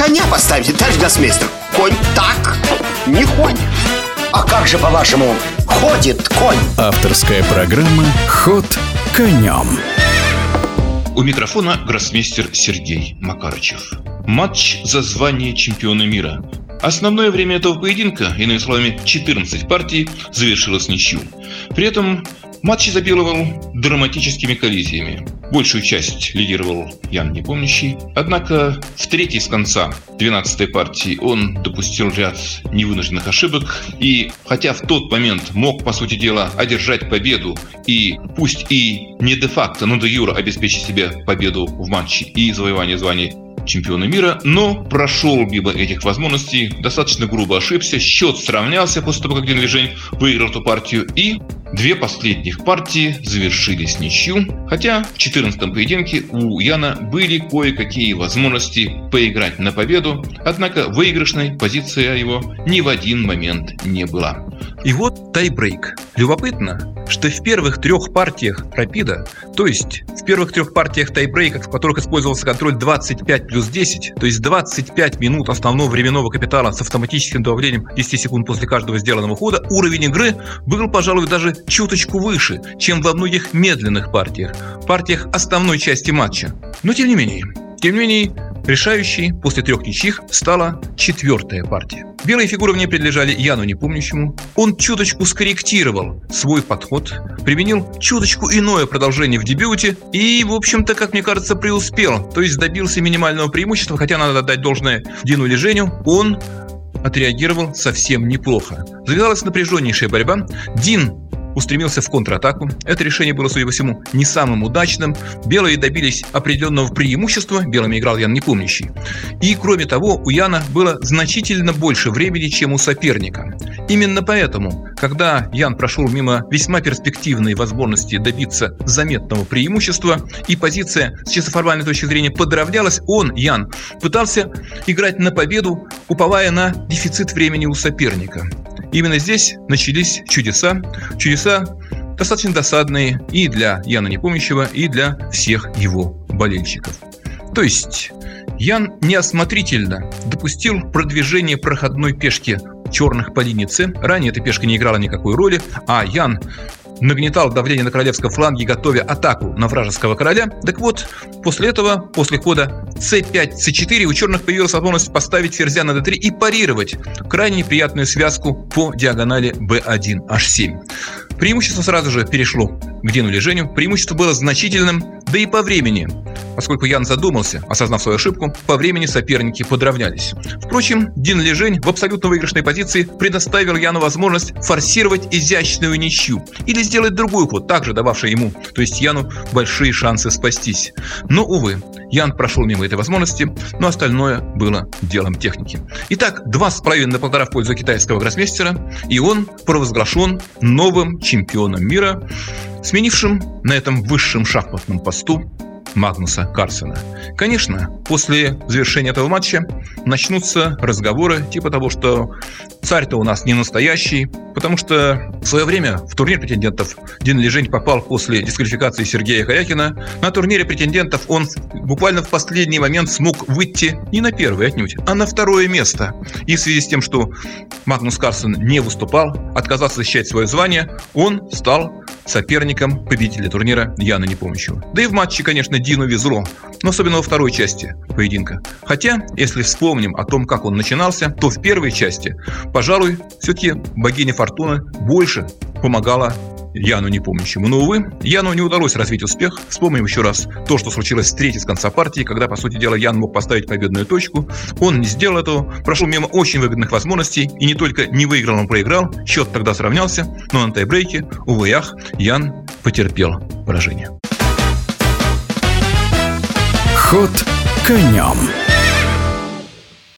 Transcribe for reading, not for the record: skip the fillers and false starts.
коня поставите, товарищ гроссмейстер. Конь так не ходит. А как же, по-вашему, ходит конь? Авторская программа «Ход конем». У микрофона гроссмейстер Сергей Макарычев. Матч за звание чемпиона мира. Основное время этого поединка, иными словами 14 партий, завершилось ничью. При этом матч изобиловал драматическими коллизиями. Большую часть лидировал Ян Непомнящий. Однако в третьей с конца 12-й партии он допустил ряд невынужденных ошибок. И хотя в тот момент мог, по сути дела, одержать победу и пусть и не де-факто, но де-юре обеспечить себе победу в матче и завоевание звания чемпиона мира, но прошел мимо этих возможностей, достаточно грубо ошибся, счет сравнялся после того, как Дин Лижень выиграл эту партию, и две последних партии завершились ничью, хотя в 14-м поединке у Яна были кое-какие возможности поиграть на победу, однако выигрышной позиция его ни в один момент не была. И вот тайбрейк. Любопытно, что в первых трех партиях Рапида, то есть в первых трех партиях тайбрейка, в которых использовался контроль 25+10, то есть 25 минут основного временного капитала с автоматическим добавлением 10 секунд после каждого сделанного хода, уровень игры был, пожалуй, даже чуточку выше, чем во многих медленных партиях основной части матча. Но тем не менее, решающей после трех ничьих стала четвертая партия. Белые фигуры в ней принадлежали Яну Непомнящему. Он чуточку скорректировал свой подход, применил чуточку иное продолжение в дебюте и, в общем-то, как мне кажется, преуспел. То есть добился минимального преимущества, хотя надо отдать должное Дину Лиженю, он отреагировал совсем неплохо. Завязалась напряженнейшая борьба. Дин устремился в контратаку. Это решение было, судя по всему, не самым удачным. Белые добились определенного преимущества. Белыми играл Ян Непомнящий. И, кроме того, у Яна было значительно больше времени, чем у соперника. Именно поэтому, когда Ян прошел мимо весьма перспективной возможности добиться заметного преимущества, и позиция с чисто формальной точки зрения подравнялась, Ян, пытался играть на победу, уповая на дефицит времени у соперника. Именно здесь начались чудеса достаточно досадные и для Яна Непомнящего, и для всех его болельщиков. То есть Ян неосмотрительно допустил продвижение проходной пешки черных по линии С. Ранее эта пешка не играла никакой роли, а Ян нагнетал давление на королевском фланге, готовя атаку на вражеского короля. Так вот, после этого, после хода c5, c4, у черных появилась возможность поставить ферзя на d3 и парировать крайне неприятную связку по диагонали b1, h7. Преимущество сразу же перешло к Дину Лиженю. Преимущество было значительным, да и по времени. Поскольку Ян задумался, осознав свою ошибку, по времени соперники подравнялись. Впрочем, Дин Лижень в абсолютно выигрышной позиции предоставил Яну возможность форсировать изящную ничью или сделать другой ход, также дававший ему, то есть Яну, большие шансы спастись. Но, увы, Ян прошел мимо этой возможности, но остальное было делом техники. Итак, 2,5 на 1,5 в пользу китайского гроссмейстера, и он провозглашен новым чемпионом мира, сменившим на этом высшем шахматном посту Магнуса Карлсена. Конечно, после завершения этого матча начнутся разговоры типа того, что царь-то у нас не настоящий, потому что в свое время в турнир претендентов Дин Лижень попал после дисквалификации Сергея Корякина. На турнире претендентов он буквально в последний момент смог выйти не на первое отнюдь, а на второе место. И в связи с тем, что Магнус Карлсен не выступал, отказался защищать свое звание, он стал соперником победителя турнира Яна Непомнящего. Да и в матче, конечно, Дину везло, но особенно во второй части поединка. Хотя, если вспомним о том, как он начинался, то в первой части, пожалуй, все-таки богиня Фортуна больше помогала Яну Непомнящему. Но, увы, Яну не удалось развить успех. Вспомним еще раз то, что случилось в третьей с конца партии, когда, по сути дела, Ян мог поставить победную точку. Он не сделал этого, прошел мимо очень выгодных возможностей, и не только не выиграл, он проиграл. Счет тогда сравнялся, но на тайбрейке, увы и ах, Ян потерпел поражение. Ход конем.